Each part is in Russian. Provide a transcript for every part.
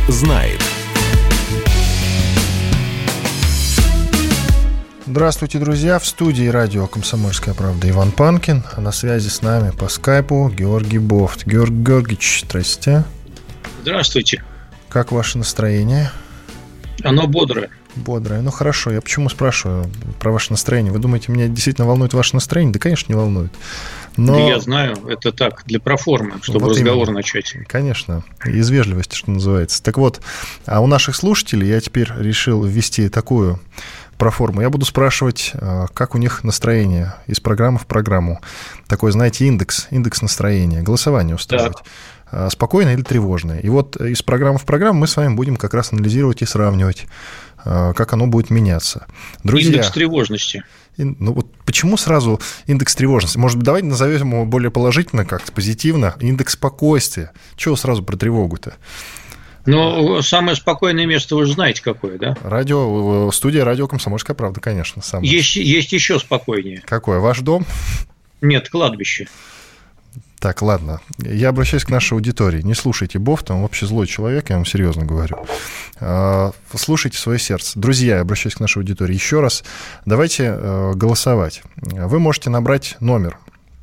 знает. Здравствуйте, друзья! В студии радио «Комсомольская правда» Иван Панкин, а на связи с нами по скайпу Георгий Бофт. Георгий Георгиевич, здрасте. Здравствуйте. Как ваше настроение? Оно бодрое. Бодрое. Ну, хорошо. Я почему спрашиваю про ваше настроение? Вы думаете, меня действительно волнует ваше настроение? Да, конечно, не волнует. Но... Да я знаю, это так, для проформы, чтобы вот разговор начать. Конечно, из вежливости, что называется. Так вот, а у наших слушателей я теперь решил ввести такую проформу. Я буду спрашивать, как у них настроение из программы в программу. Такой, знаете, индекс настроения, голосование устраивать. Так. Спокойное или тревожное. И вот из программы в программу мы с вами будем как раз анализировать и сравнивать, как оно будет меняться. Друзья, индекс тревожности. Ну вот почему сразу индекс тревожности? Может быть, давайте назовем его более положительно, как-то позитивно. Индекс спокойствия. Чего сразу про тревогу-то? Ну, самое спокойное место вы же знаете какое, да? Студия радио «Комсомольская правда», конечно. Самое. Есть еще спокойнее. Какое? Ваш дом? Нет, кладбище. Так, ладно. Я обращаюсь к нашей аудитории. Не слушайте Бофта, он вообще злой человек, я вам серьезно говорю. Слушайте свое сердце. Друзья, я обращаюсь к нашей аудитории. Еще раз, давайте голосовать. Вы можете набрать номер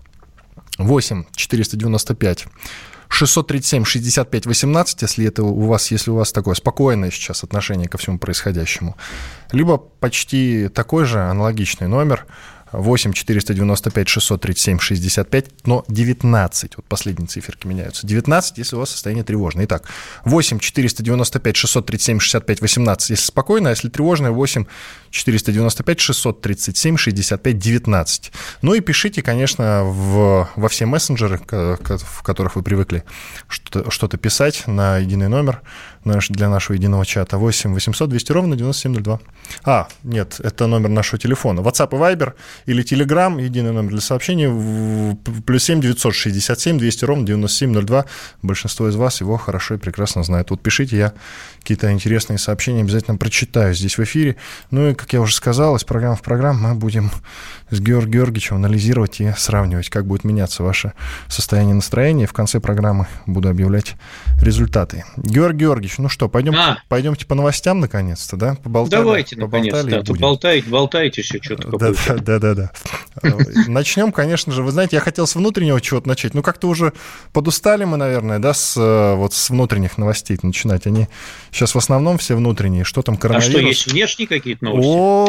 8 495 637 65 18, если у вас такое спокойное сейчас отношение ко всему происходящему. Либо почти такой же аналогичный номер 8 495 637 65, но 19. Вот последние циферки меняются. 19, если у вас состояние тревожное. Итак, 8 495 637 65 18, если спокойно, а если тревожное, 8 495 637 65 19. Ну и пишите, конечно, во все мессенджеры, в которых вы привыкли что-то писать, на единый номер для нашего единого чата 8 800 200 ровно 9702. Нет, это номер нашего телефона. WhatsApp и Viber или Telegram, единый номер для сообщений, +7 967 200 ровно 9702. Большинство из вас его хорошо и прекрасно знает. Вот пишите, я какие-то интересные сообщения обязательно прочитаю здесь в эфире. Ну и, как я уже сказал, из программы в программу мы будем с Георгием Георгиевичем анализировать и сравнивать, как будет меняться ваше состояние настроения. В конце программы буду объявлять результаты. Георгий Георгиевич, ну что, пойдемте по новостям наконец-то, да? Давайте, наконец-то. Болтаете все что-то какое-то. Да. Начнем, конечно же. Вы знаете, я хотел с внутреннего чего-то начать. Ну, как-то уже подустали мы, наверное, да, с внутренних новостей начинать. Они сейчас в основном все внутренние. Что там, коронавирус? А что, есть внешние какие-то новости?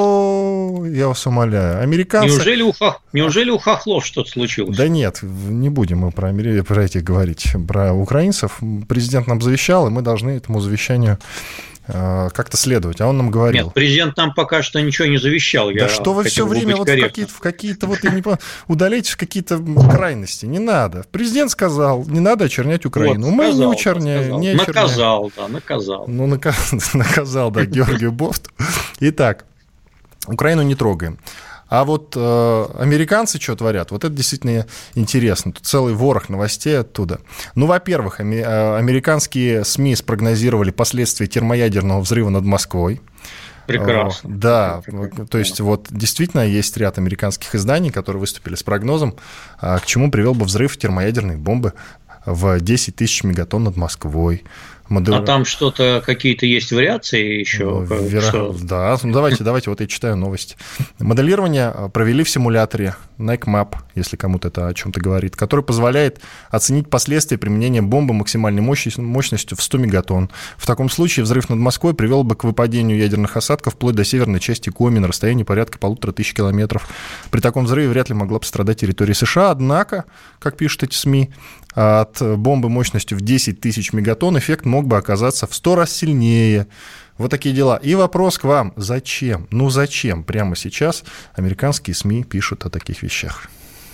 Я вас умоляю. Американцы... Неужели у хохлов что-то случилось? Да нет, не будем мы про этих говорить. Про украинцев президент нам завещал, и мы должны этому завещанию как-то следовать, а он нам говорил. Нет, президент нам пока что ничего не завещал. Да что вы все время вот в какие-то вот, я не понимаю, удаляетесь в какие-то крайности, не надо. Президент сказал, не надо очернять Украину. Мы не очерняем. Наказал. Ну, наказал, да, Георгию Бофту. Итак, Украину не трогаем. А вот американцы что творят, вот это действительно интересно. Тут целый ворох новостей оттуда. Ну, во-первых, американские СМИ спрогнозировали последствия термоядерного взрыва над Москвой. Прекрасно. Да, то есть вот действительно есть ряд американских изданий, которые выступили с прогнозом, к чему привел бы взрыв термоядерной бомбы в 10 тысяч мегатонн над Москвой. А там что-то, какие-то есть вариации еще? Да, давайте, вот я читаю новости. Моделирование провели в симуляторе NICMAP, если кому-то это о чем-то говорит, который позволяет оценить последствия применения бомбы максимальной мощностью в 100 мегатонн. В таком случае взрыв над Москвой привел бы к выпадению ядерных осадков вплоть до северной части Коми на расстоянии порядка 1500 километров. При таком взрыве вряд ли могла пострадать территория США, однако, как пишут эти СМИ, от бомбы мощностью в 10 тысяч мегатонн эффект мог бы оказаться в 100 раз сильнее. Вот такие дела. И вопрос к вам. Зачем? Зачем прямо сейчас американские СМИ пишут о таких вещах?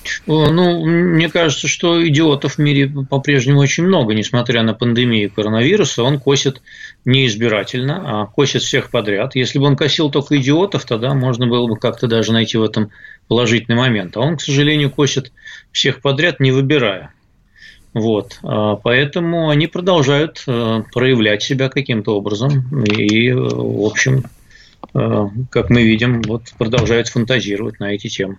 Мне кажется, что идиотов в мире по-прежнему очень много. Несмотря на пандемию коронавируса, он косит не избирательно, а косит всех подряд. Если бы он косил только идиотов, тогда можно было бы как-то даже найти в этом положительный момент. А он, к сожалению, косит всех подряд, не выбирая. Поэтому они продолжают проявлять себя каким-то образом и, в общем, как мы видим, продолжают фантазировать на эти темы.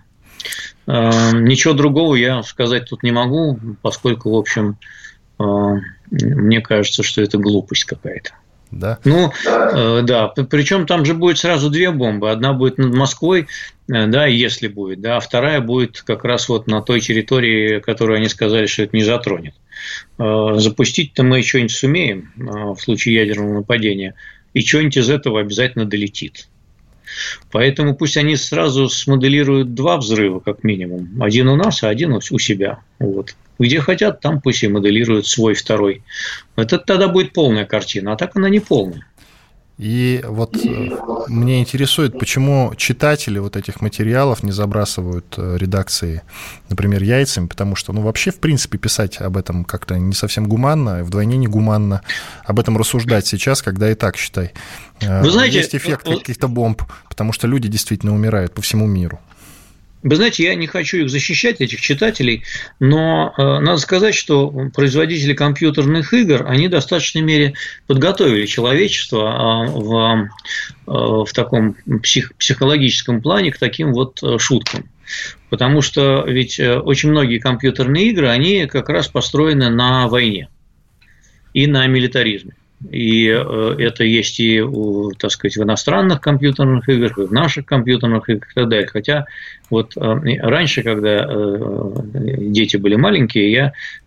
Ничего другого я сказать тут не могу, поскольку, в общем, мне кажется, что это глупость какая-то. да? Да, причем там же будет сразу две бомбы. Одна будет над Москвой, да, если будет, да, а вторая будет как раз вот на той территории, которую они сказали, что это не затронет. Запустить-то мы что-нибудь сумеем в случае ядерного нападения, и что-нибудь из этого обязательно долетит. Поэтому пусть они сразу смоделируют 2 взрыва, как минимум. Один у нас, а один у себя. Вот. Где хотят, там пусть и моделируют свой второй. Это тогда будет полная картина, а так она не полная. И вот мне интересует, почему читатели вот этих материалов не забрасывают редакции, например, яйцами, потому что, вообще, в принципе, писать об этом как-то не совсем гуманно, вдвойне не гуманно, об этом рассуждать сейчас, когда и так, считай, вы знаете, есть эффект каких-то бомб, потому что люди действительно умирают по всему миру. Вы знаете, я не хочу их защищать, этих читателей, но надо сказать, что производители компьютерных игр, они в достаточной мере подготовили человечество в таком психологическом плане к таким вот шуткам. Потому что ведь очень многие компьютерные игры, они как раз построены на войне и на милитаризме. И это есть и, так сказать, в иностранных компьютерных играх, и в наших компьютерных играх и так далее. Хотя вот раньше, когда дети были маленькие, я,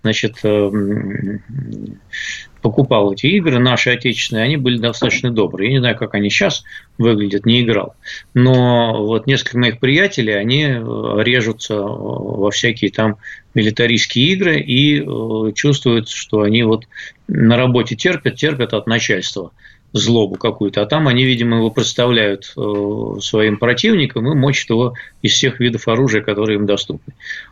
покупал эти игры, наши отечественные, они были достаточно добрые. Я не знаю, как они сейчас выглядят, не играл. Но вот несколько моих приятелей, они режутся во всякие там милитаристские игры и чувствуют, что они вот на работе терпят от начальства злобу какую-то, а там они, видимо, его представляют своим противникам и мочат его из всех видов оружия, которые им доступны.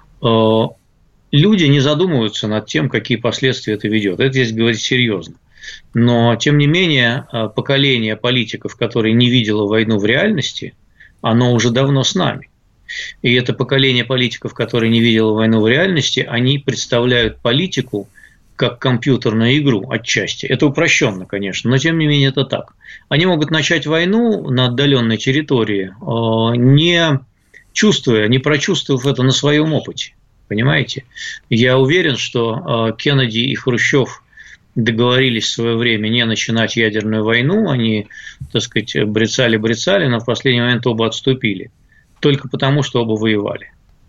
Люди не задумываются над тем, какие последствия это ведет. Это здесь говорить серьезно. Но, тем не менее, поколение политиков, которое не видело войну в реальности, оно уже давно с нами. И это поколение политиков, которое не видело войну в реальности, они представляют политику как компьютерную игру отчасти. Это упрощенно, конечно, но тем не менее это так. Они могут начать войну на отдаленной территории, не чувствуя, не прочувствовав это на своем опыте. Понимаете? Я уверен, что Кеннеди и Хрущев договорились в свое время не начинать ядерную войну. Они, так сказать, брецали, но в последний момент оба отступили. Только потому, что оба воевали.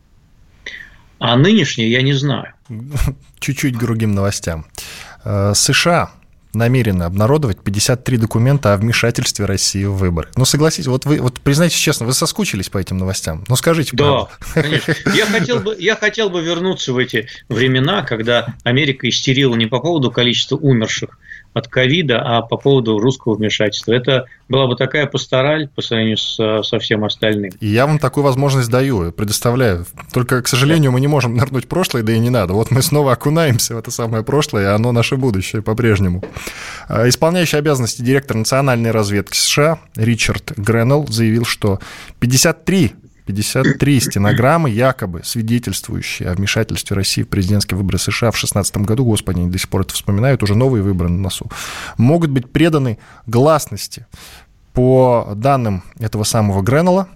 А нынешние я не знаю. Чуть-чуть к другим новостям. США намерены обнародовать 53 документа о вмешательстве России в выборы. Согласитесь, вот признайтесь честно, вы соскучились по этим новостям? Скажите правду. Да, конечно. Я хотел бы вернуться в эти времена, когда Америка истерила не по поводу количества умерших от ковида, а по поводу русского вмешательства. Это была бы такая пастораль по сравнению со всем остальным. И я вам такую возможность даю, предоставляю. Только, к сожалению, мы не можем нырнуть в прошлое, да и не надо. Вот мы снова окунаемся в это самое прошлое, и оно наше будущее по-прежнему. Исполняющий обязанности директора национальной разведки США Ричард Гренелл заявил, что 53 стенограммы, якобы свидетельствующие о вмешательстве России в президентские выборы США в 2016 году, господи, они до сих пор это вспоминают, уже новые выборы на носу, могут быть преданы гласности. По данным этого самого Гренелла,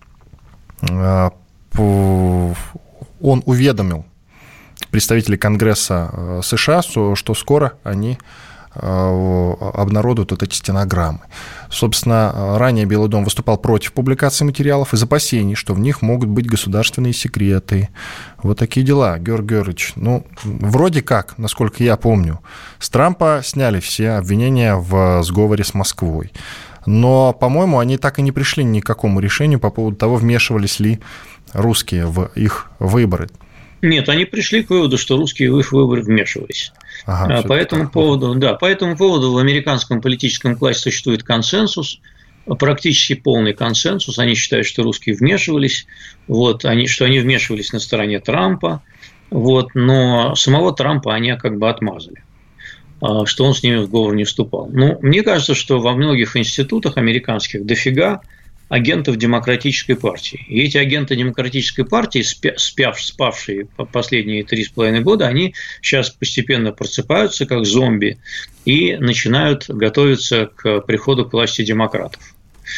он уведомил представителей Конгресса США, что скоро они обнародуют вот эти стенограммы. Собственно, ранее Белый дом выступал против публикации материалов из опасений, что в них могут быть государственные секреты. Вот такие дела, Георгий Георгиевич. Вроде как, насколько я помню, с Трампа сняли все обвинения в сговоре с Москвой. Но, по-моему, они так и не пришли ни к какому решению по поводу того, вмешивались ли русские в их выборы. Нет, они пришли к выводу, что русские в их выборы вмешивались. По этому поводу в американском политическом классе существует консенсус, практически полный консенсус. Они считают, что русские вмешивались, что они вмешивались на стороне Трампа, но самого Трампа они как бы отмазали, что он с ними в сговор не вступал. Мне кажется, что во многих институтах американских дофига агентов Демократической партии. И эти агенты Демократической партии, спавшие последние 3,5 года, они сейчас постепенно просыпаются, как зомби, и начинают готовиться к приходу к власти демократов.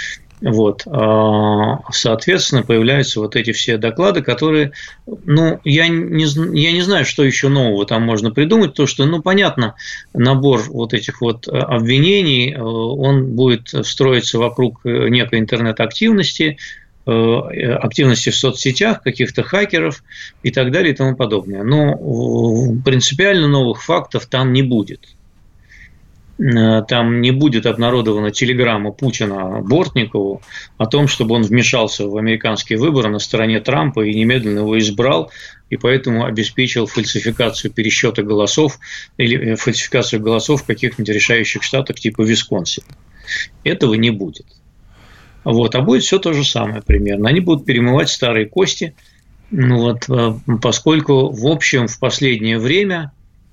Вот. Соответственно, появляются вот эти все доклады, которые, я не знаю, что еще нового там можно придумать, то что, понятно, набор вот этих вот обвинений, он будет строиться вокруг некой интернет-активности, активности в соцсетях, каких-то хакеров и так далее и тому подобное. Но принципиально новых фактов там не будет. Там не будет обнародована телеграмма Путина Бортникову о том, чтобы он вмешался в американские выборы на стороне Трампа и немедленно его избрал, и поэтому обеспечил фальсификацию пересчета голосов или фальсификацию голосов в каких-нибудь решающих штатах типа Висконсин. Этого не будет. Вот. А будет все то же самое примерно. Они будут перемывать старые кости, поскольку, в общем, в последнее время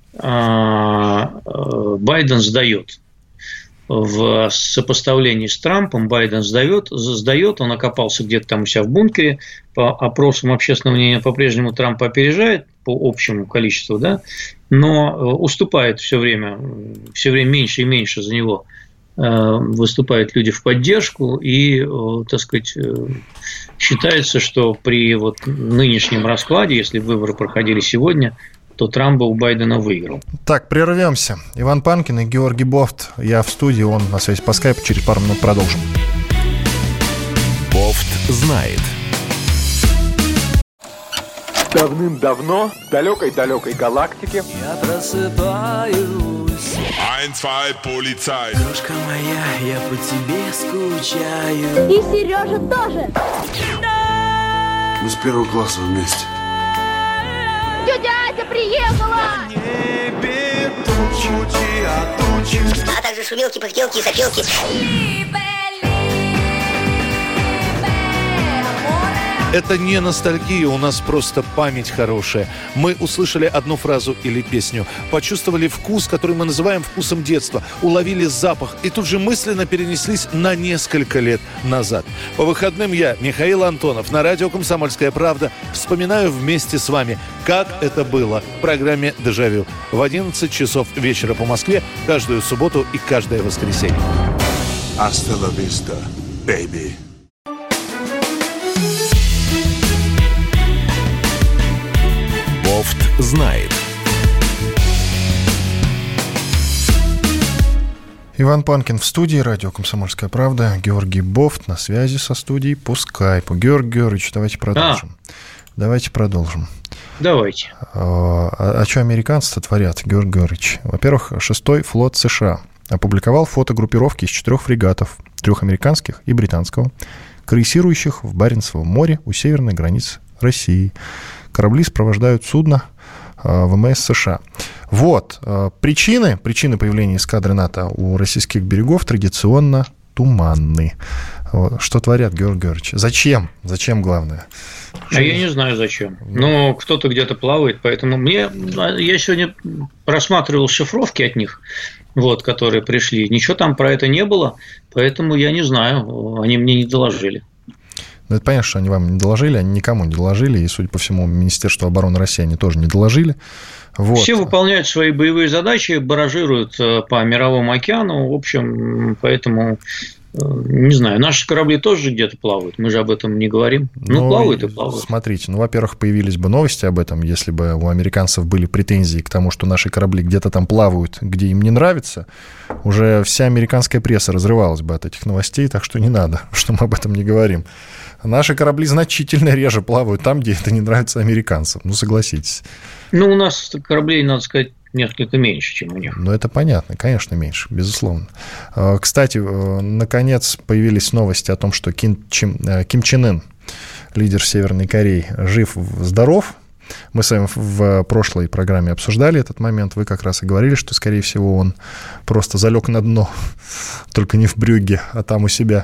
Байден сдает. В сопоставлении с Трампом Байден сдает, он окопался где-то там у себя в бункере, по опросам общественного мнения по-прежнему Трампа опережает по общему количеству, да, но уступает все время меньше и меньше за него выступают люди в поддержку, и, так сказать, считается, что при нынешнем раскладе, если выборы проходили сегодня, то Трамп у Байдена выиграл. Так, прервемся. Иван Панкин и Георгий Бофт. Я в студии, он на связи по скайпу. Через пару минут продолжим. Бофт знает. Давным-давно в далекой-далекой галактике я просыпаюсь. 1-2, полицай. Дружка моя, я по тебе скучаю. И Сережа тоже. Мы с первого класса вместе. Тетя Ася приехала! Небе тучи, а также шумелки, пыхтелки и сопелки. Это не ностальгия, у нас просто память хорошая. Мы услышали одну фразу или песню, почувствовали вкус, который мы называем вкусом детства, уловили запах и тут же мысленно перенеслись на несколько лет назад. По выходным я, Михаил Антонов, на радио «Комсомольская правда» вспоминаю вместе с вами, как это было в программе «Дежавю» в 11 часов вечера по Москве каждую субботу и каждое воскресенье. Hasta la vista, baby. Бофт знает. Иван Панкин в студии, радио «Комсомольская правда». Георгий Бофт на связи со студией по скайпу. Георгий Георгиевич, давайте продолжим. Давайте. А что американцы-то творят, Георгий Георгиевич? Во-первых, 6-й флот США опубликовал фото группировки из 4 фрегатов, 3 американских и британского, крейсирующих в Баренцевом море у северной границы России. Корабли сопровождают судно ВМС США. Вот. Причины появления эскадры НАТО у российских берегов традиционно туманны. Что творят, Георгий Георгиевич? Зачем главное? Я не знаю, зачем. Но кто-то где-то плавает, поэтому я сегодня просматривал шифровки от них, которые пришли. Ничего там про это не было, поэтому я не знаю, они мне не доложили. Ну, это понятно, что они вам не доложили, они никому не доложили, и, судя по всему, Министерству обороны России они тоже не доложили. Вот. Все выполняют свои боевые задачи, баражируют по Мировому океану, в общем, поэтому, не знаю, наши корабли тоже где-то плавают, мы же об этом не говорим. Плавают и плавают. Смотрите, во-первых, появились бы новости об этом, если бы у американцев были претензии к тому, что наши корабли где-то там плавают, где им не нравится, уже вся американская пресса разрывалась бы от этих новостей, так что не надо, что мы об этом не говорим. Наши корабли значительно реже плавают там, где это не нравится американцам. Согласитесь. У нас кораблей, надо сказать, несколько меньше, чем у них. Это понятно, конечно, меньше, безусловно. Кстати, наконец появились новости о том, что Ким Чен Ын, лидер Северной Кореи, жив-здоров. Мы с вами в прошлой программе обсуждали этот момент. Вы как раз и говорили, что, скорее всего, он просто залег на дно, только не в Брюгге, а там у себя.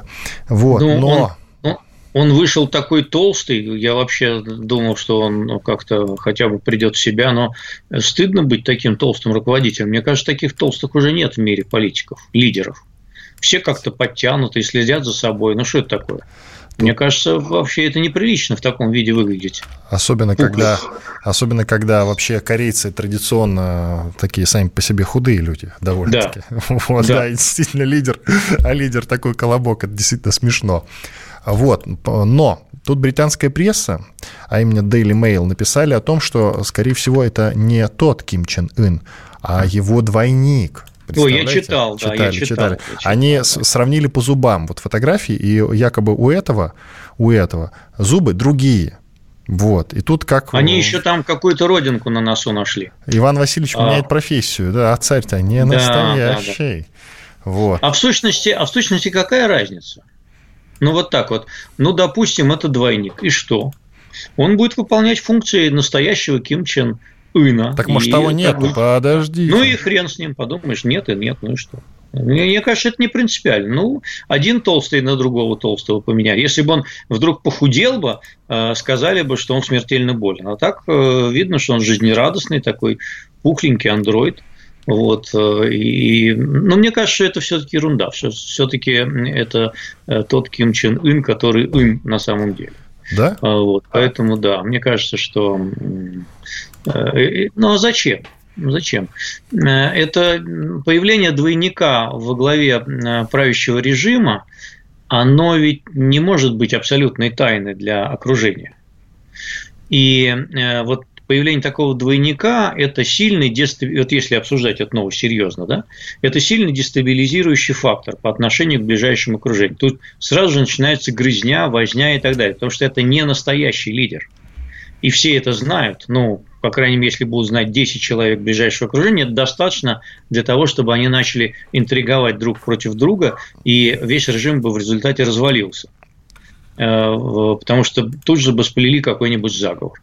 Он вышел такой толстый, я вообще думал, что он как-то хотя бы придет в себя, но стыдно быть таким толстым руководителем. Мне кажется, таких толстых уже нет в мире политиков, лидеров. Все как-то подтянуты и следят за собой. Что это такое? Мне кажется, вообще это неприлично в таком виде выглядеть. Особенно когда вообще корейцы традиционно такие сами по себе худые люди довольно-таки. Да. Вот, да, и действительно лидер такой колобок, это действительно смешно. Вот, но тут британская пресса, а именно Daily Mail, написали о том, что, скорее всего, это не тот Ким Чен Ын, а его двойник. Ой, я читал. Они сравнили по зубам вот фотографии, и якобы у этого зубы другие. Вот. И тут как... Они еще там какую-то родинку на носу нашли. Иван Васильевич меняет профессию, да, а царь-то не настоящий. Да. Вот. А в сущности какая разница? Ну, вот так вот. Ну, допустим, это двойник. И что? Он будет выполнять функции настоящего Ким Чен Ына. Так, может, того нет? Подожди. Ну, и хрен с ним, подумаешь, нет и нет, ну и что? Мне кажется, это не принципиально. Ну, один толстый на другого толстого поменяли. Если бы он вдруг похудел бы, сказали бы, что он смертельно болен. А так видно, что он жизнерадостный, такой пухленький андроид. Вот. Но мне кажется, что это все-таки ерунда. Все-таки это тот Ким Чен Ын, который Ын на самом деле. Да? Вот. Поэтому, да, мне кажется, что... Ну, а зачем? Зачем? Это появление двойника во главе правящего режима, оно ведь не может быть абсолютной тайной для окружения. И вот появление такого двойника – это сильный, вот если обсуждать это новость серьезно, да, это сильный дестабилизирующий фактор по отношению к ближайшему окружению. Тут сразу же начинается грызня, возня и так далее, потому что это не настоящий лидер. И все это знают, ну, по крайней мере, если будут знать 10 человек ближайшего окружения, это достаточно для того, чтобы они начали интриговать друг против друга, и весь режим бы в результате развалился. Потому что тут же бы сплели какой-нибудь заговор.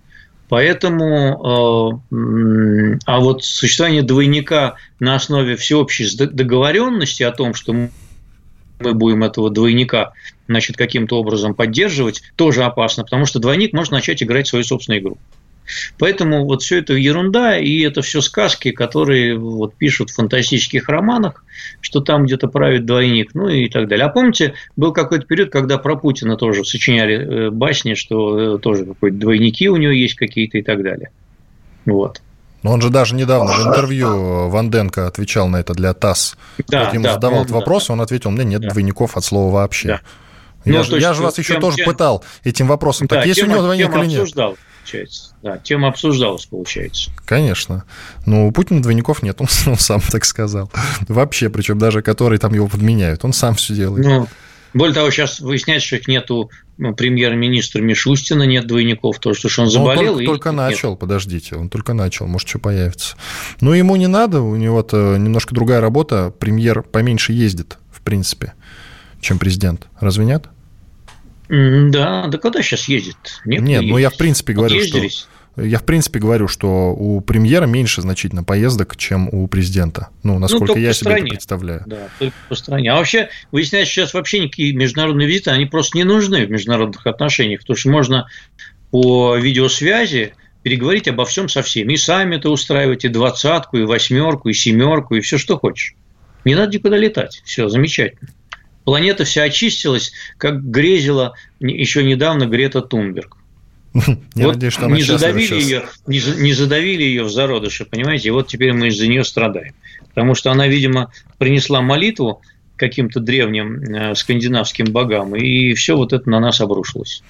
Поэтому, а вот существование двойника на основе всеобщей договоренности о том, что мы будем этого двойника, значит, каким-то образом поддерживать, тоже опасно, потому что двойник может начать играть свою собственную игру. Поэтому вот все это ерунда, и это все сказки, которые вот пишут в фантастических романах, что там где-то правит двойник, ну и так далее. А помните, был какой-то период, когда про Путина тоже сочиняли басни, что тоже какие-то двойники у него есть какие-то и так далее. Вот. Но он же даже недавно в интервью Ванденко отвечал на это для ТАСС. Да, вот ему задавал этот вопрос, он ответил: у меня нет двойников от слова вообще. Да. Я же вас еще тоже пытал этим вопросом. Так есть у него двойник или нет? Обсуждал, получается. Да, тема обсуждалась, получается. Конечно. Но у Путина двойников нет, он сам так сказал. Вообще, причем даже которые там его подменяют. Он сам все делает. Ну, более того, сейчас выясняется, что их нету премьер-министра Мишустина, нет двойников, потому что он заболел. Он только начал, нет. Подождите, он только начал, может, что появится. Но ему не надо, у него-то немножко другая работа, премьер поменьше ездит, в принципе, чем президент. Разве нет? Да, куда сейчас ездит? Нет, ну я в принципе говорю, что у премьера меньше значительно поездок, чем у президента. Ну, насколько я себе это представляю. Да, только по стране. А вообще, выясняется, сейчас вообще никакие международные визиты, они просто не нужны в международных отношениях, потому что можно по видеосвязи переговорить обо всем со всеми. И саммиты устраивать, и 20-ку, и 8-ку, и 7-ку, и все, что хочешь. Не надо никуда летать. Все, замечательно. Планета вся очистилась, как грезила еще недавно Грета Тунберг. Надеюсь, что она не задавили ее в зародыше, понимаете, и вот теперь мы из-за нее страдаем. Потому что она, видимо, принесла молитву каким-то древним скандинавским богам, и все вот это на нас обрушилось.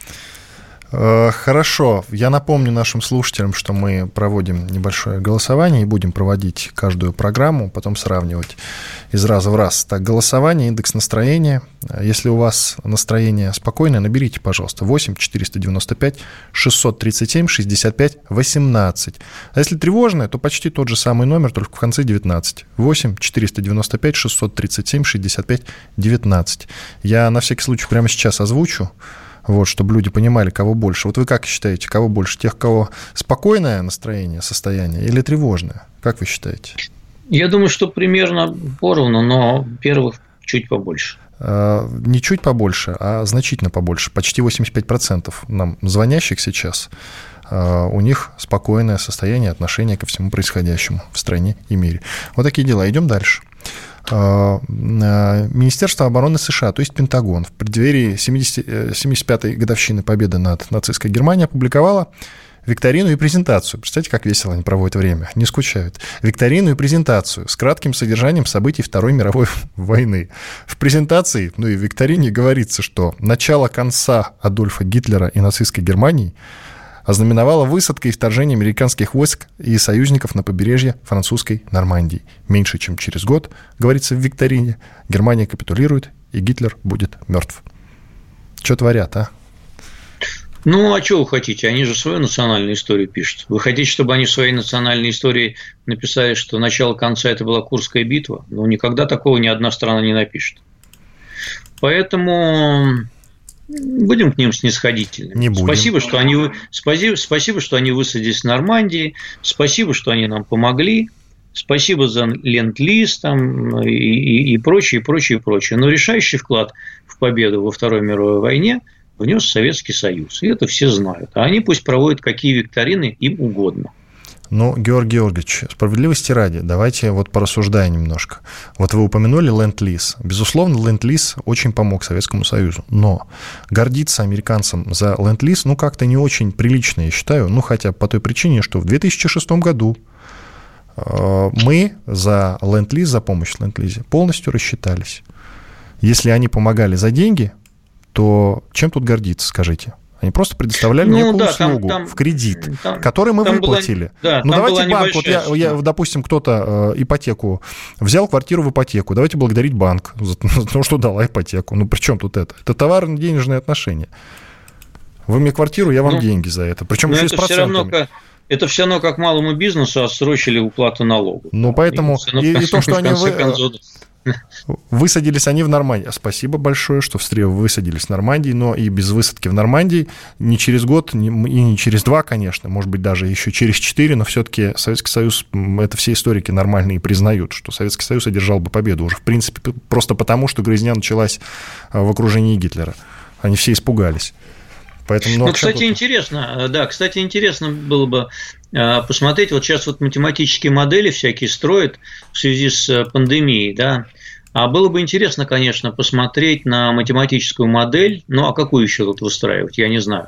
Хорошо. Я напомню нашим слушателям, что мы проводим небольшое голосование и будем проводить каждую программу, потом сравнивать из раза в раз. Так, голосование, индекс настроения. Если у вас настроение спокойное, наберите, пожалуйста, 8 495 637 65 18. А если тревожное, то почти тот же самый номер, только в конце 19. 8 495 637 65 19. Я на всякий случай прямо сейчас озвучу. Вот, чтобы люди понимали, кого больше. Вот вы как считаете, кого больше? Тех, кого спокойное настроение, состояние или тревожное? Как вы считаете? Я думаю, что примерно поровну, но первых чуть побольше. Не чуть побольше, а значительно побольше. Почти 85% нам звонящих сейчас, у них спокойное состояние, отношение ко всему происходящему в стране и мире. Вот такие дела. Идем дальше. Министерство обороны США, то есть Пентагон, в преддверии 75-й годовщины победы над нацистской Германией опубликовало викторину и презентацию. Представляете, как весело они проводят время, не скучают. Викторину и презентацию с кратким содержанием событий Второй мировой войны. В презентации, и в викторине говорится, что начало конца Адольфа Гитлера и нацистской Германии ознаменовала высадка и вторжение американских войск и союзников на побережье французской Нормандии. Меньше чем через год, говорится в викторине, Германия капитулирует, и Гитлер будет мертв. Что творят, а? А что вы хотите? Они же свою национальную историю пишут. Вы хотите, чтобы они в своей национальной истории написали, что начало конца – это была Курская битва? Никогда такого ни одна страна не напишет. Поэтому будем к ним снисходительными. Не будем. Спасибо, что они высадились в Нормандии. Спасибо, что они нам помогли. Спасибо за ленд-лиз и прочее, прочее, прочее. Но решающий вклад в победу во Второй мировой войне внес Советский Союз. И это все знают. А они пусть проводят какие викторины им угодно. Георгий Георгиевич, справедливости ради, давайте порассуждаем немножко. Вы упомянули ленд-лиз. Безусловно, ленд-лиз очень помог Советскому Союзу. Но гордиться американцам за ленд-лиз, как-то не очень прилично, я считаю. Хотя по той причине, что в 2006 году мы за ленд-лиз, за помощь в ленд-лизе полностью рассчитались. Если они помогали за деньги, то чем тут гордиться, скажите? Они просто предоставляли некую услугу в кредит, который мы выплатили. Давайте банк, допустим, кто-то ипотеку взял квартиру в ипотеку, давайте благодарить банк за то, что дала ипотеку. При чем тут это? Это товарно-денежные отношения. Вы мне квартиру, я вам деньги за это. Причем еще и с процентами. Это все равно как малому бизнесу отсрочили уплату налогов. Поэтому и то, что они высадились они в Нормандии. Спасибо большое, что высадились в Нормандии, но и без высадки в Нормандии не через год, и не через 2, конечно, может быть, даже еще через 4, но все-таки Советский Союз, это все историки нормальные признают, что Советский Союз одержал бы победу уже, в принципе, просто потому, что грызня началась в окружении Гитлера. Они все испугались. Поэтому, кстати, интересно было бы посмотреть, сейчас математические модели всякие строят в связи с пандемией, да, а было бы интересно, конечно, посмотреть на математическую модель, а какую еще тут выстраивать, я не знаю,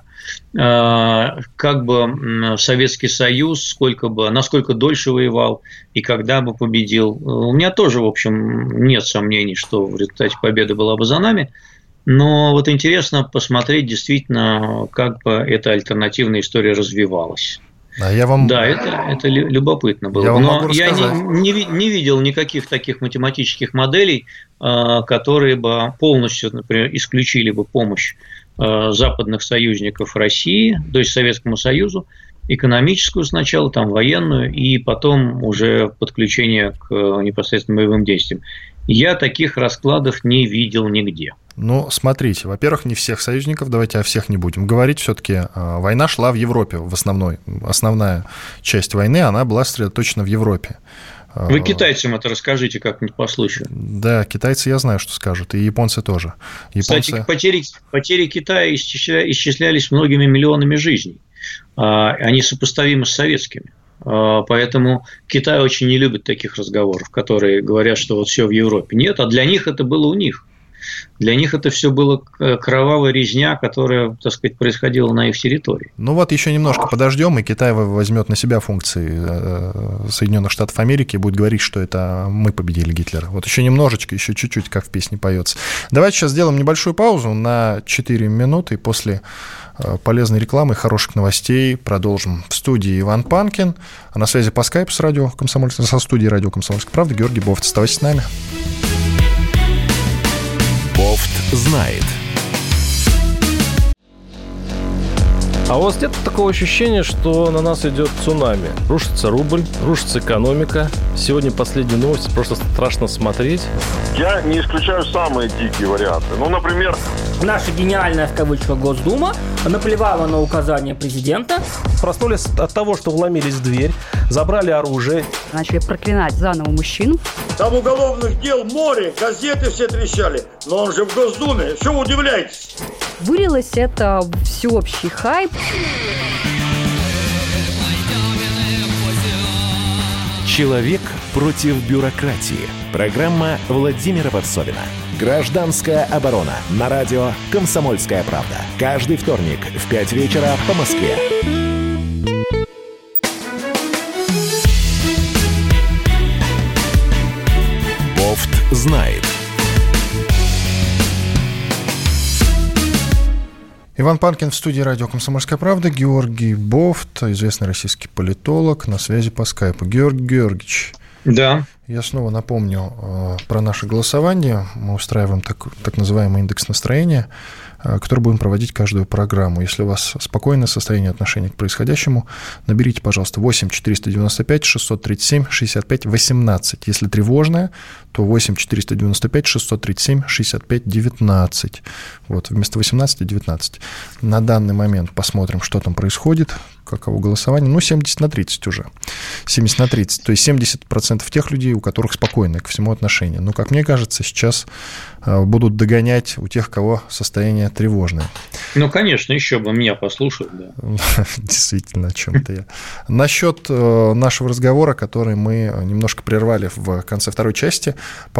как бы Советский Союз, насколько дольше воевал и когда бы победил. У меня тоже, в общем, нет сомнений, что в результате победа была бы за нами. Но интересно посмотреть действительно, как бы эта альтернативная история развивалась. Да, это любопытно было. Но я не видел никаких таких математических моделей, которые бы полностью, например, исключили бы помощь западных союзников России, то есть Советскому Союзу, экономическую сначала, военную, и потом уже подключение к непосредственно боевым действиям. Я таких раскладов не видел нигде. Смотрите, во-первых, не всех союзников, давайте о всех не будем говорить, все-таки война шла в Европе, основная часть войны, она была сосредоточена в Европе. Вы китайцам это расскажите как-нибудь по случаю. Да, китайцы, я знаю, что скажут, и японцы тоже. Кстати, потери Китая исчислялись многими миллионами жизней, они сопоставимы с советскими. Поэтому Китай очень не любит таких разговоров, которые говорят, что все в Европе. Нет, а для них это было у них. Для них это все было кровавая резня, которая, происходила на их территории. Еще немножко подождем, и Китай возьмет на себя функции Соединенных Штатов Америки и будет говорить, что это мы победили Гитлера. Еще немножечко, еще чуть-чуть, как в песне поется. Давайте сейчас сделаем небольшую паузу на 4 минуты, и после полезной рекламы и хороших новостей продолжим. В студии Иван Панкин, а на связи по скайпу со студией радио «Комсомольская правда» Георгий Бофт. Оставайтесь с нами. Бофт знает. А у вас нет такого ощущения, что на нас идет цунами? Рушится рубль, рушится экономика. Сегодня последние новости, просто страшно смотреть. Я не исключаю самые дикие варианты. Например... Наша гениальная, в кавычках, Госдума наплевала на указания президента. Проснулись от того, что вломились в дверь, забрали оружие. Начали проклинать заново мужчин. Там уголовных дел море, газеты все трещали. Но он же в Госдуме, что вы удивляетесь? Вылилось это в всеобщий хайп. Человек против бюрократии. Программа Владимира Варсовина. Гражданская оборона. На радио «Комсомольская правда». Каждый вторник в 5 вечера по Москве. Бофт знает. Иван Панкин в студии радио «Комсомольская правда». Георгий Бофт, известный российский политолог, на связи по скайпу. Георгий Георгиевич. Да. Я снова напомню про наше голосование. Мы устраиваем так называемый индекс настроения, который будем проводить каждую программу. Если у вас спокойное состояние отношения к происходящему, наберите, пожалуйста, 8 495 637 65 18. Если тревожное, то 8 495 637 65 19. Вот, вместо 18 – 19. На данный момент посмотрим, что там происходит, каково голосование. 70/30 уже. 70/30. То есть 70% тех людей, у которых спокойное ко всему отношение. Но, как мне кажется, сейчас будут догонять у тех, кого состояние тревожное. Ну, конечно, еще бы меня послушать. Да. Действительно, о чем-то я. Насчет нашего разговора, который мы немножко прервали в конце второй части, по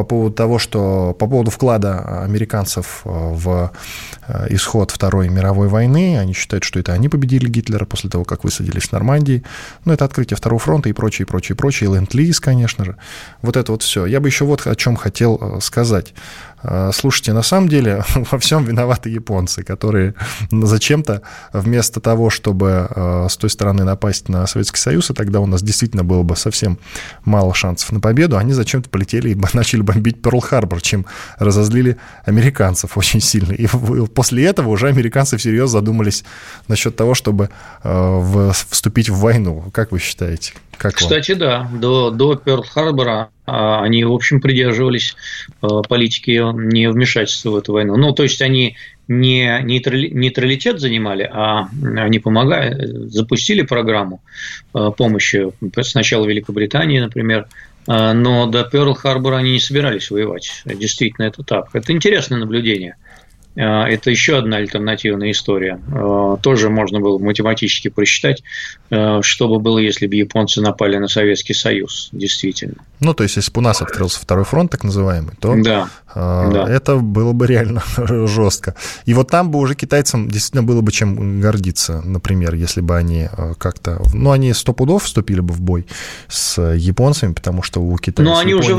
поводу вклада американцев в исход Второй мировой войны. Они считают, что это они победили Гитлера после того, как высадились в Нормандии. Ну, это открытие Второго фронта и прочее. И ленд-лиз, конечно же. Вот это вот все. Я бы еще вот о чем хотел сказать. Слушайте, на самом деле во всем виноваты японцы, которые зачем-то вместо того, чтобы с той стороны напасть на Советский Союз, и тогда у нас действительно было бы совсем мало шансов на победу, они зачем-то полетели и начали бомбить Пёрл-Харбор, чем разозлили американцев очень сильно. И после этого уже американцы всерьез задумались насчет того, чтобы вступить в войну. Как вы считаете? Кстати, да, до Пёрл-Харбора они, в общем, придерживались политики не вмешательства в эту войну. Ну, то есть, они не нейтралитет занимали, а они запустили программу помощи сначала Великобритании, например, но до Пёрл-Харбора они не собирались воевать. Действительно, это так. Это интересное наблюдение. Это еще одна альтернативная история. Тоже можно было математически просчитать, что бы было, если бы японцы напали на Советский Союз, действительно. Ну, то есть, если бы у нас открылся Второй фронт, так называемый, то да. Это было бы реально жестко. И вот там бы уже китайцам действительно было бы чем гордиться, например, если бы они как-то... Ну, они 100 пудов вступили бы в бой с японцами, потому что у Китая... Но они уже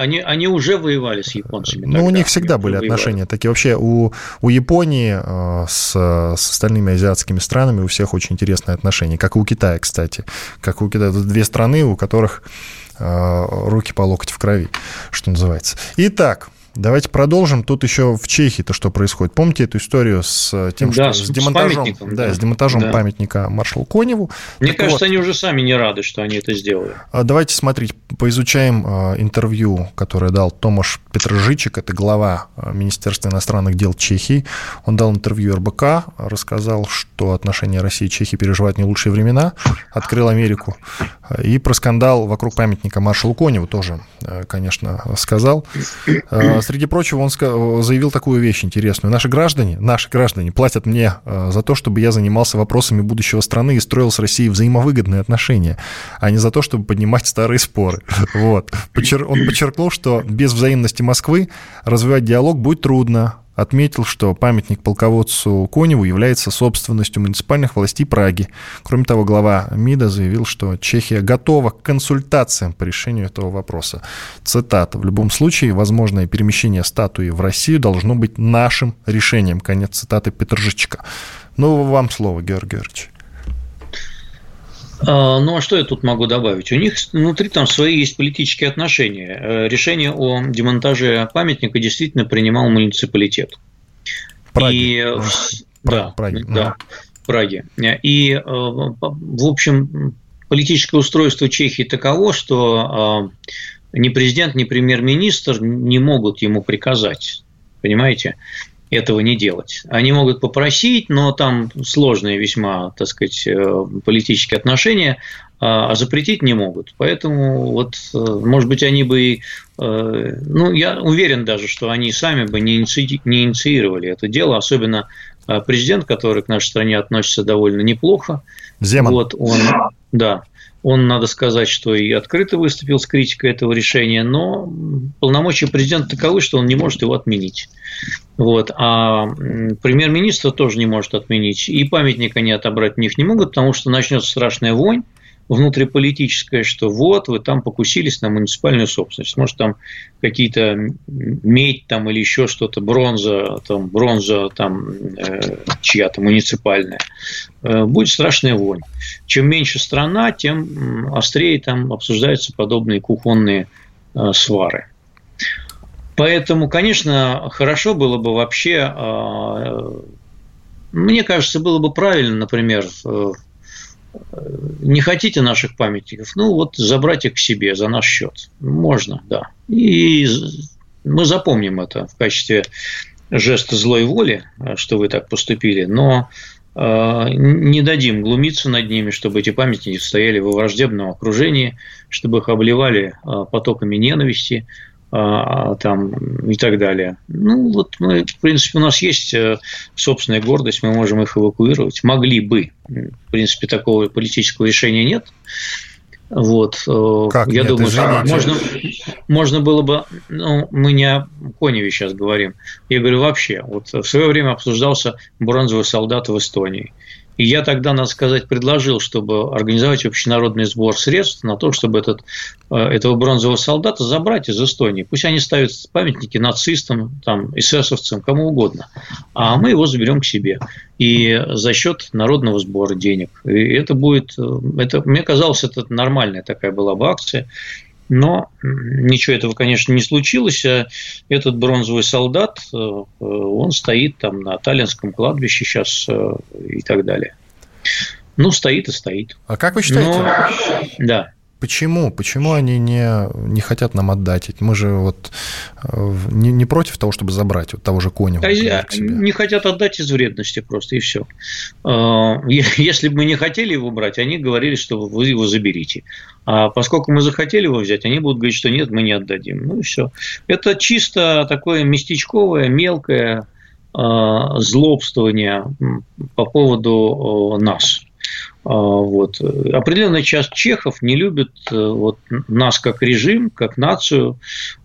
воевали с японцами. Ну, у них всегда были отношения такие. Вообще, у Японии с остальными азиатскими странами у всех очень интересные отношения, как и у Китая, кстати. Как и у Китая. Это две страны, у которых руки по локоть в крови, что называется. Итак, давайте продолжим. Тут еще в Чехии-то что происходит? Помните эту историю с тем, что с демонтажом памятника маршалу Коневу? Мне кажется, они уже сами не рады, что они это сделали. Давайте смотреть, поизучаем интервью, которое дал Томаш Петржичек, это глава Министерства иностранных дел Чехии. Он дал интервью РБК, рассказал, что отношения России и Чехии переживают не лучшие времена, открыл Америку. И про скандал вокруг памятника маршалу Коневу тоже, конечно, сказал. Среди прочего, он заявил такую вещь интересную. Наши граждане платят мне за то, чтобы я занимался вопросами будущего страны и строил с Россией взаимовыгодные отношения, а не за то, чтобы поднимать старые споры. Вот. Он подчеркнул, что без взаимности Москвы развивать диалог будет трудно. Отметил, что памятник полководцу Коневу является собственностью муниципальных властей Праги. Кроме того, глава МИДа заявил, что Чехия готова к консультациям по решению этого вопроса. Цитата. «В любом случае, возможное перемещение статуи в Россию должно быть нашим решением». Конец цитаты Петржичка. Ну, вам слово, Георгий Георгиевич. Ну, а что я тут могу добавить? У них внутри там свои есть политические отношения. Решение о демонтаже памятника действительно принимал муниципалитет. Праги. Праги. И, в общем, политическое устройство Чехии таково, что ни президент, ни премьер-министр не могут ему приказать. Понимаете? Этого не делать. Они могут попросить, но там сложные весьма, так сказать, политические отношения, а запретить не могут. Поэтому, вот, может быть, они бы, ну, я уверен даже, что они сами бы не инициировали это дело, особенно президент, который к нашей стране относится довольно неплохо. Земан. Вот, он, да. Он, надо сказать, что и открыто выступил с критикой этого решения, но полномочия президента таковы, что он не может его отменить. Вот. А премьер-министр тоже не может отменить. И памятник они отобрать у них не могут, потому что начнется страшная вонь внутриполитическая, что вот вы там покусились на муниципальную собственность. Может, там какие-то медь там, или еще что-то, бронза там, чья-то муниципальная. Будет страшная вонь. Чем меньше страна, тем острее там обсуждаются подобные кухонные свары. Поэтому, конечно, хорошо было бы вообще, мне кажется, было бы правильно, например, не хотите наших памятников, ну вот забрать их к себе за наш счет. Можно, да. И мы запомним это в качестве жеста злой воли, что вы так поступили, но не дадим глумиться над ними, чтобы эти памятники стояли во враждебном окружении, чтобы их обливали потоками ненависти там, и так далее. Ну, вот мы, в принципе, у нас есть собственная гордость, мы можем их эвакуировать. Могли бы. В принципе, такого политического решения нет. Вот. Как я нет, думаю, что можно было бы... Ну, мы не о Коневе сейчас говорим. Я говорю вообще. Вот в свое время обсуждался бронзовый солдат в Эстонии. И я тогда, надо сказать, предложил, чтобы организовать общенародный сбор средств на то, чтобы этого бронзового солдата забрать из Эстонии. Пусть они ставят памятники нацистам, там, эсэсовцам, кому угодно. А мы его заберем к себе. И за счет народного сбора денег. И это будет... мне казалось, это нормальная такая была бы акция. Но ничего этого, конечно, не случилось. Этот бронзовый солдат, он стоит там на Таллинском кладбище сейчас и так далее. Ну, стоит и стоит. А как вы считаете? Да. Почему? Почему они не хотят нам отдать? Мы же вот не против того, чтобы забрать вот того же Конева. Не хотят отдать из вредности просто, и все. Если бы мы не хотели его брать, они говорили, что вы его заберите. А поскольку мы захотели его взять, они будут говорить, что нет, мы не отдадим. Ну и все. Это чисто такое местечковое, мелкое злобствование по поводу нас. Вот. Определенная часть чехов не любит вот нас как режим, как нацию,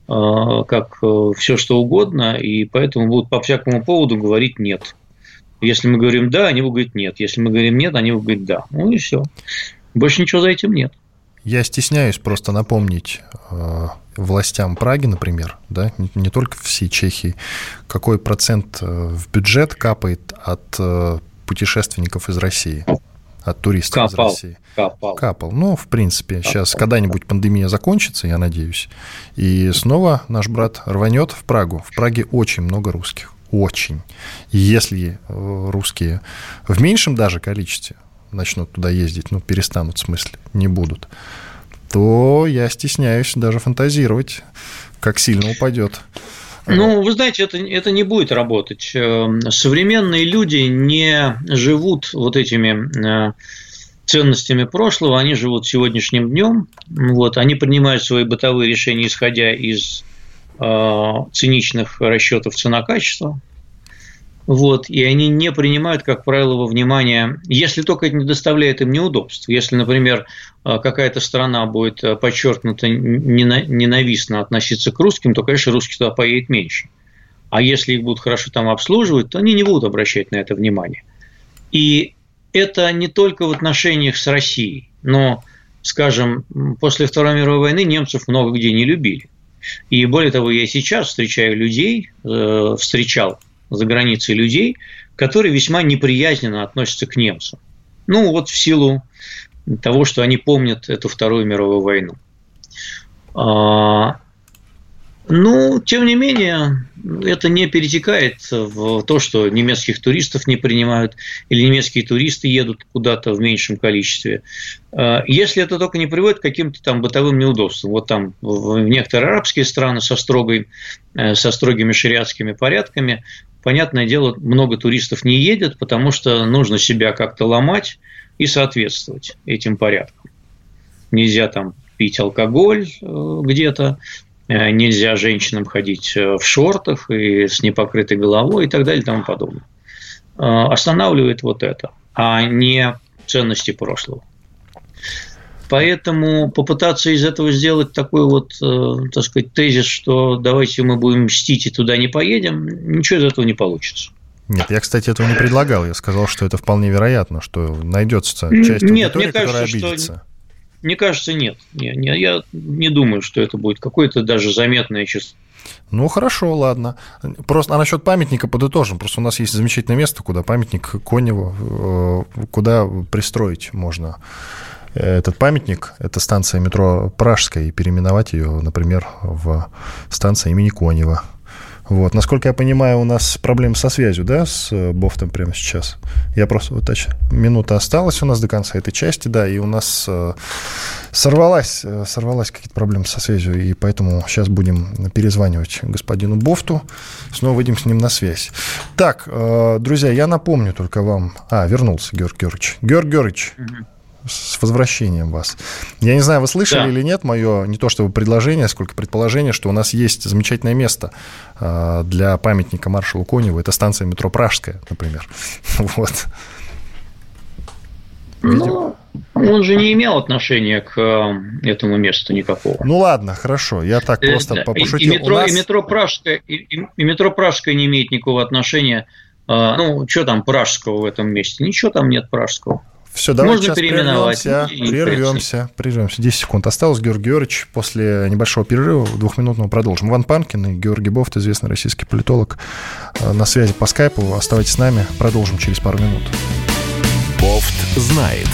как все что угодно, и поэтому будут по всякому поводу говорить «нет». Если мы говорим «да», они будут говорить «нет». Если мы говорим «нет», они будут говорить «да». Ну и все. Больше ничего за этим нет. Я стесняюсь просто напомнить властям Праги, например, да, не только всей Чехии, какой процент в бюджет капает от путешественников из России. От туристов из России. Капал. Ну, в принципе, сейчас когда-нибудь пандемия закончится, я надеюсь, и снова наш брат рванет в Прагу. В Праге очень много русских. Очень. И если русские в меньшем даже количестве начнут туда ездить, ну, перестанут, в смысле, не будут, то я стесняюсь даже фантазировать, как сильно упадет. Ну, вы знаете, это не будет работать. Современные люди не живут вот этими ценностями прошлого, они живут сегодняшним днем. Вот, они принимают свои бытовые решения, исходя из циничных расчетов цена-качество. Вот, и они не принимают, как правило, во внимание, если только это не доставляет им неудобств. Если, например, какая-то страна будет подчеркнуто ненавистно относиться к русским, то, конечно, русских туда поедет меньше. А если их будут хорошо там обслуживать, то они не будут обращать на это внимание. И это не только в отношениях с Россией, но, скажем, после Второй мировой войны немцев много где не любили. И более того, я сейчас встречал за границей людей, которые весьма неприязненно относятся к немцам. Ну, вот в силу того, что они помнят эту Вторую мировую войну. Ну, тем не менее, это не перетекает в то, что немецких туристов не принимают или немецкие туристы едут куда-то в меньшем количестве. Если это только не приводит к каким-то там бытовым неудобствам. Вот там в некоторые арабские страны со строгими шариатскими порядками, понятное дело, много туристов не едет, потому что нужно себя как-то ломать и соответствовать этим порядкам. Нельзя там пить алкоголь где-то, нельзя женщинам ходить в шортах и с непокрытой головой и так далее и тому подобное. Останавливает вот это, а не ценности прошлого. Поэтому попытаться из этого сделать такой вот, так сказать, тезис, что давайте мы будем мстить и туда не поедем, ничего из этого не получится. Нет, я, кстати, этого не предлагал. Я сказал, что это вполне вероятно, что найдется часть аудитории, которая обидится. Мне кажется, нет. Я не думаю, что это будет какое-то даже заметное число. Ну, хорошо, ладно. Просто насчет памятника подытожим. Просто у нас есть замечательное место, куда памятник Коневу, куда пристроить можно этот памятник. Это станция метро Пражская, и переименовать ее, например, в станцию имени Конева. Вот. Насколько я понимаю, у нас проблемы со связью, да, с Бофтом прямо сейчас. Я просто минута осталась у нас до конца этой части, да, и у нас сорвалась какие-то проблемы со связью, и поэтому сейчас будем перезванивать господину Бофту, снова выйдем с ним на связь. Так, друзья, я напомню только вам... вернулся Георгий Георгиевич. Георгий Георгиевич, с возвращением вас. Я не знаю, вы слышали или нет мое не то чтобы предложение, сколько предположение, что у нас есть замечательное место для памятника маршалу Коневу. Это станция метро Пражская, например. Вот. Ну, он же не имел отношения к этому месту никакого. Ну ладно, хорошо. Я так просто пошутил. И метро Пражская не имеет никакого отношения. Ну, что там пражского в этом месте? Ничего там нет пражского. Все, давайте сейчас прервемся. 10 секунд осталось. Георгий Георгиевич, после небольшого перерыва, 2-минутного, продолжим. Иван Панкин и Георгий Бофт, известный российский политолог, на связи по скайпу. Оставайтесь с нами, продолжим через пару минут. Бофт знает.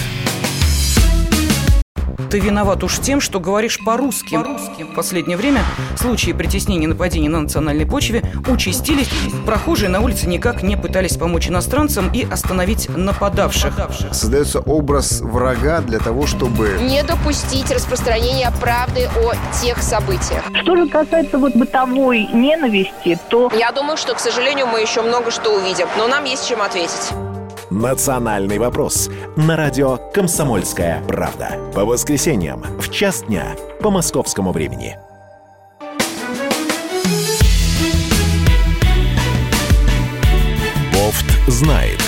Ты виноват уж тем, что говоришь по-русски. В последнее время случаи притеснения и нападений на национальной почве участились. Прохожие на улице никак не пытались помочь иностранцам и остановить нападавших. Создается образ врага для того, чтобы не допустить распространения правды о тех событиях. Что же касается бытовой ненависти, то... Я думаю, что, к сожалению, мы еще много что увидим, но нам есть чем ответить. «Национальный вопрос» на радио «Комсомольская правда». По воскресеньям в 1:00 дня по московскому времени. Бофт знает.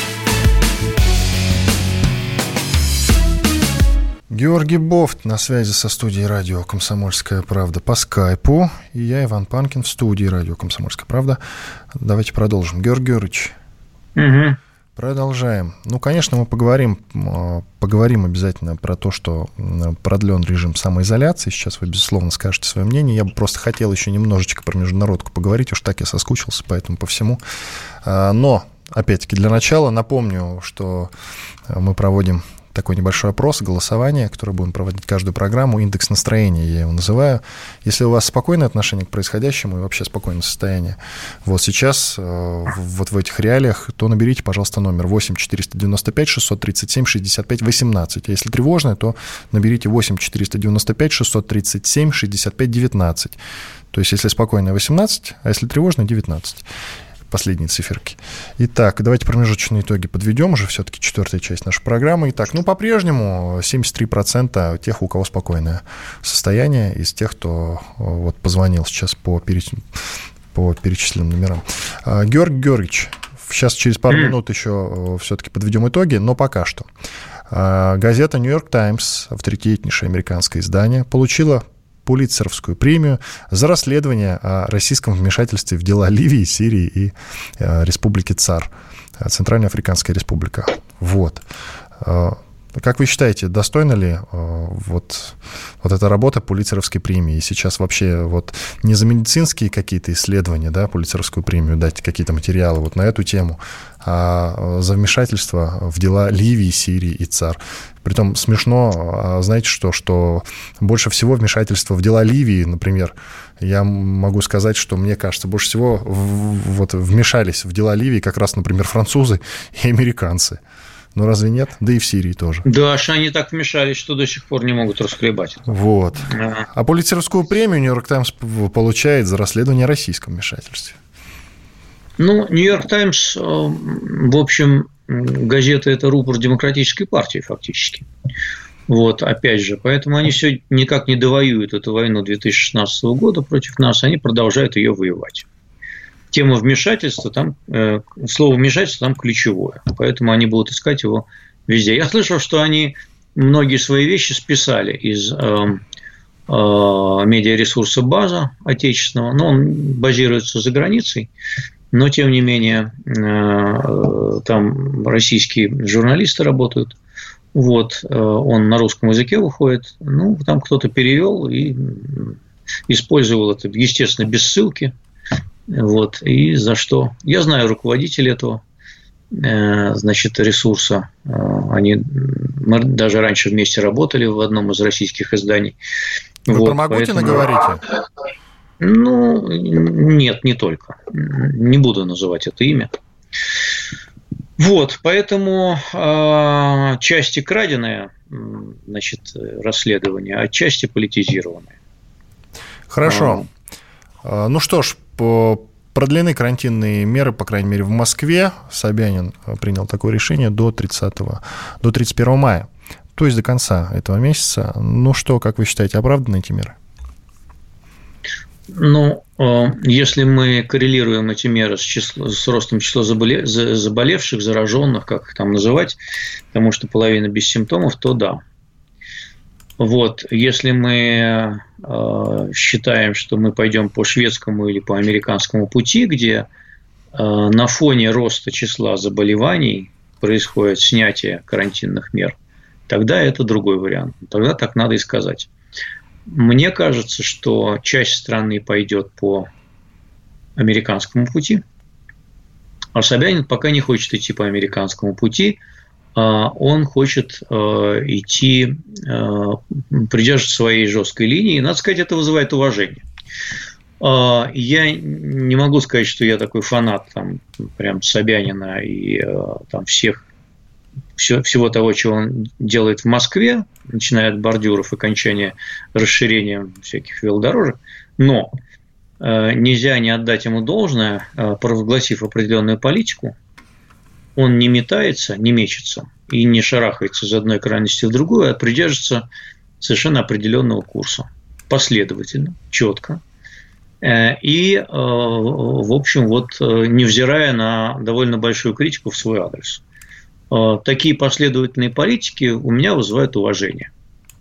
Георгий Бофт на связи со студией радио «Комсомольская правда» по скайпу. И я, Иван Панкин, в студии радио «Комсомольская правда». Давайте продолжим. Георгий Георгиевич. Угу. Продолжаем. Ну, конечно, мы поговорим обязательно про то, что продлен режим самоизоляции. Сейчас вы, безусловно, скажете свое мнение. Я бы просто хотел еще немножечко про международку поговорить. Уж так я соскучился, поэтому по всему. Но, опять-таки, для начала напомню, что мы проводим такой небольшой опрос, голосование, которое будем проводить каждую программу, индекс настроения, я его называю. Если у вас спокойное отношение к происходящему и вообще спокойное состояние, вот сейчас, вот в этих реалиях, то наберите, пожалуйста, номер 8-495-637-65-18. А если тревожное, то наберите 8-495-637-65-19. То есть, если спокойное, 18, а если тревожное, 19. Последние циферки. Итак, давайте промежуточные итоги подведем уже, все-таки 4-я часть нашей программы. Итак, по-прежнему 73% тех, у кого спокойное состояние, из тех, кто вот позвонил сейчас по перечисленным номерам. Георгий Георгиевич, сейчас через пару минут еще все-таки подведем итоги, но пока что. Газета «Нью-Йорк Таймс», авторитетнейшее американское издание, получила Пулитцеровскую премию за расследование о российском вмешательстве в дела Ливии, Сирии и Республики ЦАР, Центральноафриканская республика. Вот. Как вы считаете, достойна ли вот эта работа Пулитцеровской премии? И сейчас вообще вот не за медицинские какие-то исследования, да, Пулитцеровскую премию дать, какие-то материалы вот на эту тему, а за вмешательство в дела Ливии, Сирии и ЦАР. Притом смешно, знаете что больше всего вмешательства в дела Ливии, например, я могу сказать, что мне кажется, больше всего вот вмешались в дела Ливии как раз, например, французы и американцы. Ну, разве нет? Да и в Сирии тоже. Да, что они так вмешались, что до сих пор не могут расхлебать. Вот. А Пулитцеровскую премию «Нью-Йорк Таймс» получает за расследование о российском вмешательстве. Ну, «Нью-Йорк Таймс», в общем, газета – это рупор демократической партии фактически. Вот, опять же. Поэтому они все никак не довоюют эту войну 2016 года против нас, они продолжают ее воевать. Тема вмешательства, там, слово вмешательство там ключевое, поэтому они будут искать его везде. Я слышал, что они многие свои вещи списали из медиаресурса «База» отечественного, но он базируется за границей, но, тем не менее, там российские журналисты работают. Вот, он на русском языке выходит, ну, там кто-то перевел и использовал это, естественно, без ссылки, вот, и за что. Я знаю руководителя этого, значит, ресурса, мы даже раньше вместе работали в одном из российских изданий. Вы вот, про Магутина говорите? Ну, нет, не только. Не буду называть это имя. Вот, поэтому отчасти краденое, значит, расследование, отчасти политизированное. Хорошо. Ну что ж, продлены карантинные меры, по крайней мере, в Москве. Собянин принял такое решение до 31 мая, то есть до конца этого месяца. Ну что, как вы считаете, оправданы эти меры? Ну, если мы коррелируем эти меры с ростом числа заболевших, зараженных, как их там называть, потому что половина без симптомов, то да. Вот, если мы считаем, что мы пойдем по шведскому или по американскому пути, где на фоне роста числа заболеваний происходит снятие карантинных мер, тогда это другой вариант. Тогда так надо и сказать. Мне кажется, что часть страны пойдет по американскому пути, а Собянин пока не хочет идти по американскому пути, он хочет идти, придерживаться своей жесткой линии, и, надо сказать, это вызывает уважение. Я не могу сказать, что я такой фанат там, прям Собянина и там, всего того, чего он делает в Москве, начиная от бордюров и кончая расширением всяких велодорожек, но нельзя не отдать ему должное, провозгласив определенную политику, он не метается, не мечется и не шарахается из одной крайности в другую, а придерживается совершенно определенного курса, последовательно, четко. И, в общем, вот, невзирая на довольно большую критику в свой адрес. Такие последовательные политики у меня вызывают уважение.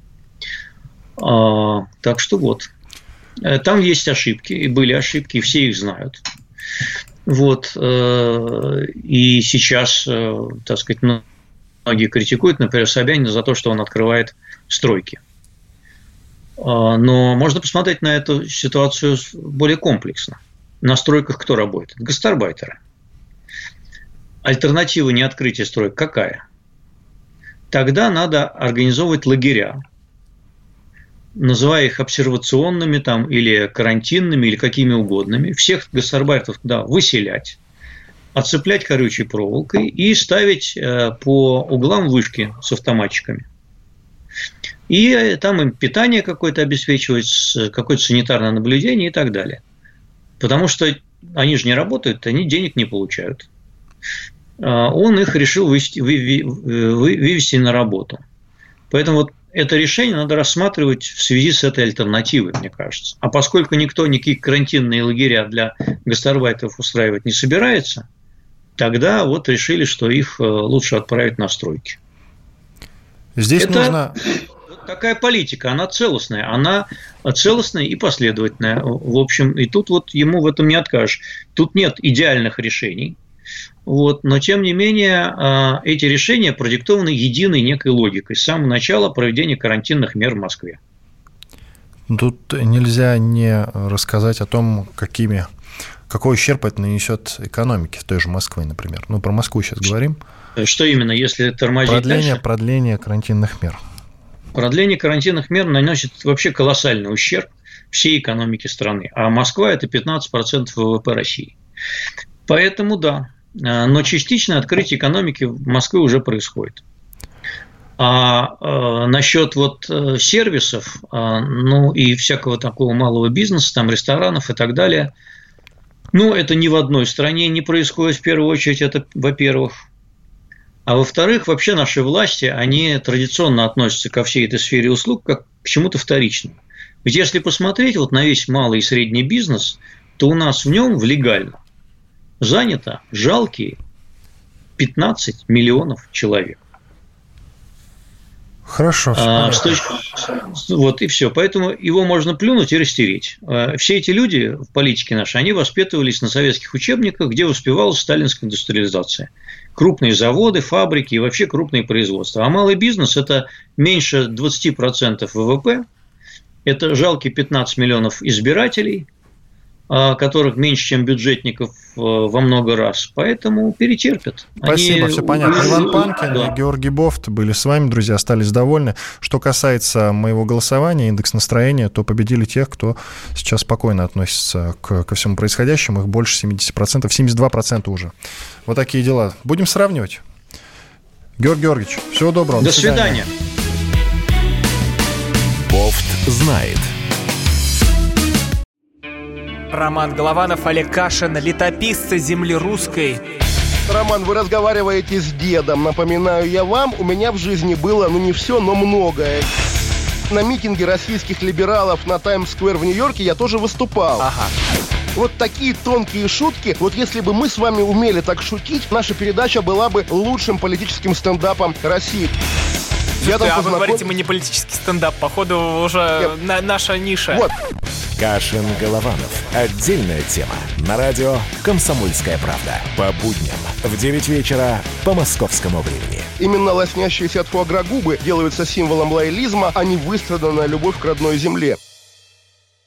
Так что вот. Там есть ошибки, и были ошибки, и все их знают. Вот. И сейчас, так сказать, многие критикуют, например, Собянина за то, что он открывает стройки. Но можно посмотреть на эту ситуацию более комплексно. На стройках кто работает? Гастарбайтеры. Альтернатива не открытия строек какая? Тогда надо организовывать лагеря, называя их обсервационными там, или карантинными, или какими угодными. Всех гастарбайтеров туда выселять, отцеплять колючей проволокой и ставить по углам вышки с автоматчиками. И там им питание какое-то обеспечивать, какое-то санитарное наблюдение и так далее. Потому что они же не работают, они денег не получают. Он их решил вывести на работу. Поэтому вот это решение надо рассматривать в связи с этой альтернативой, мне кажется. А поскольку никто никакие карантинные лагеря для гастарбайтеров устраивать не собирается, тогда вот решили, что их лучше отправить на стройки. Здесь нужно... Такая политика, она целостная и последовательная. В общем, и тут вот ему в этом не откажешь. Тут нет идеальных решений. Вот, но, тем не менее, эти решения продиктованы единой некой логикой с самого начала проведения карантинных мер в Москве. Тут нельзя не рассказать о том, какой ущерб это нанесет экономике в той же Москве, например. Ну, про Москву сейчас говорим. Что именно, если тормозить дальше? Продление карантинных мер. Продление карантинных мер наносит вообще колоссальный ущерб всей экономике страны. А Москва – это 15% ВВП России. Поэтому да. Но частичное открытие экономики в Москве уже происходит. А насчет вот сервисов, ну и всякого такого малого бизнеса, там ресторанов и так далее, ну это ни в одной стране не происходит в первую очередь, это во-первых. А во-вторых, вообще наши власти, они традиционно относятся ко всей этой сфере услуг как к чему-то вторичному. Ведь если посмотреть вот на весь малый и средний бизнес, то у нас в нем легально занято жалкие 15 миллионов человек. Хорошо. Вот и все. Поэтому его можно плюнуть и растереть. Все эти люди в политике нашей, они воспитывались на советских учебниках, где воспевалась сталинская индустриализация. Крупные заводы, фабрики и вообще крупные производства. А малый бизнес – это меньше 20% ВВП, это жалкие 15 миллионов избирателей, которых меньше, чем бюджетников во много раз. Поэтому перетерпят. Спасибо, все понятно. Иван Панкин и Георгий Бофт были с вами, друзья, остались довольны. Что касается моего голосования, индекс настроения, то победили тех, кто сейчас спокойно относится ко всему происходящему. Их больше 70%, 72% уже. Вот такие дела. Будем сравнивать. Георгий Георгиевич, всего доброго. До свидания. Бофт знает. Роман Голованов, Олег Кашин, летописцы земли русской. Роман, вы разговариваете с дедом. Напоминаю я вам, у меня в жизни было, не все, но многое. На митинге российских либералов на Таймс-сквер в Нью-Йорке я тоже выступал. Ага. Вот такие тонкие шутки, вот если бы мы с вами умели так шутить, наша передача была бы лучшим политическим стендапом России. Слушайте, вы говорите, мы не политический стендап, походу уже наша ниша. Вот. Кашин, Голованов. Отдельная тема. На радио «Комсомольская правда». По будням в 9 вечера по московскому времени. Именно лоснящиеся от фуагра губы делаются символом лоялизма, а не выстраданная любовь к родной земле.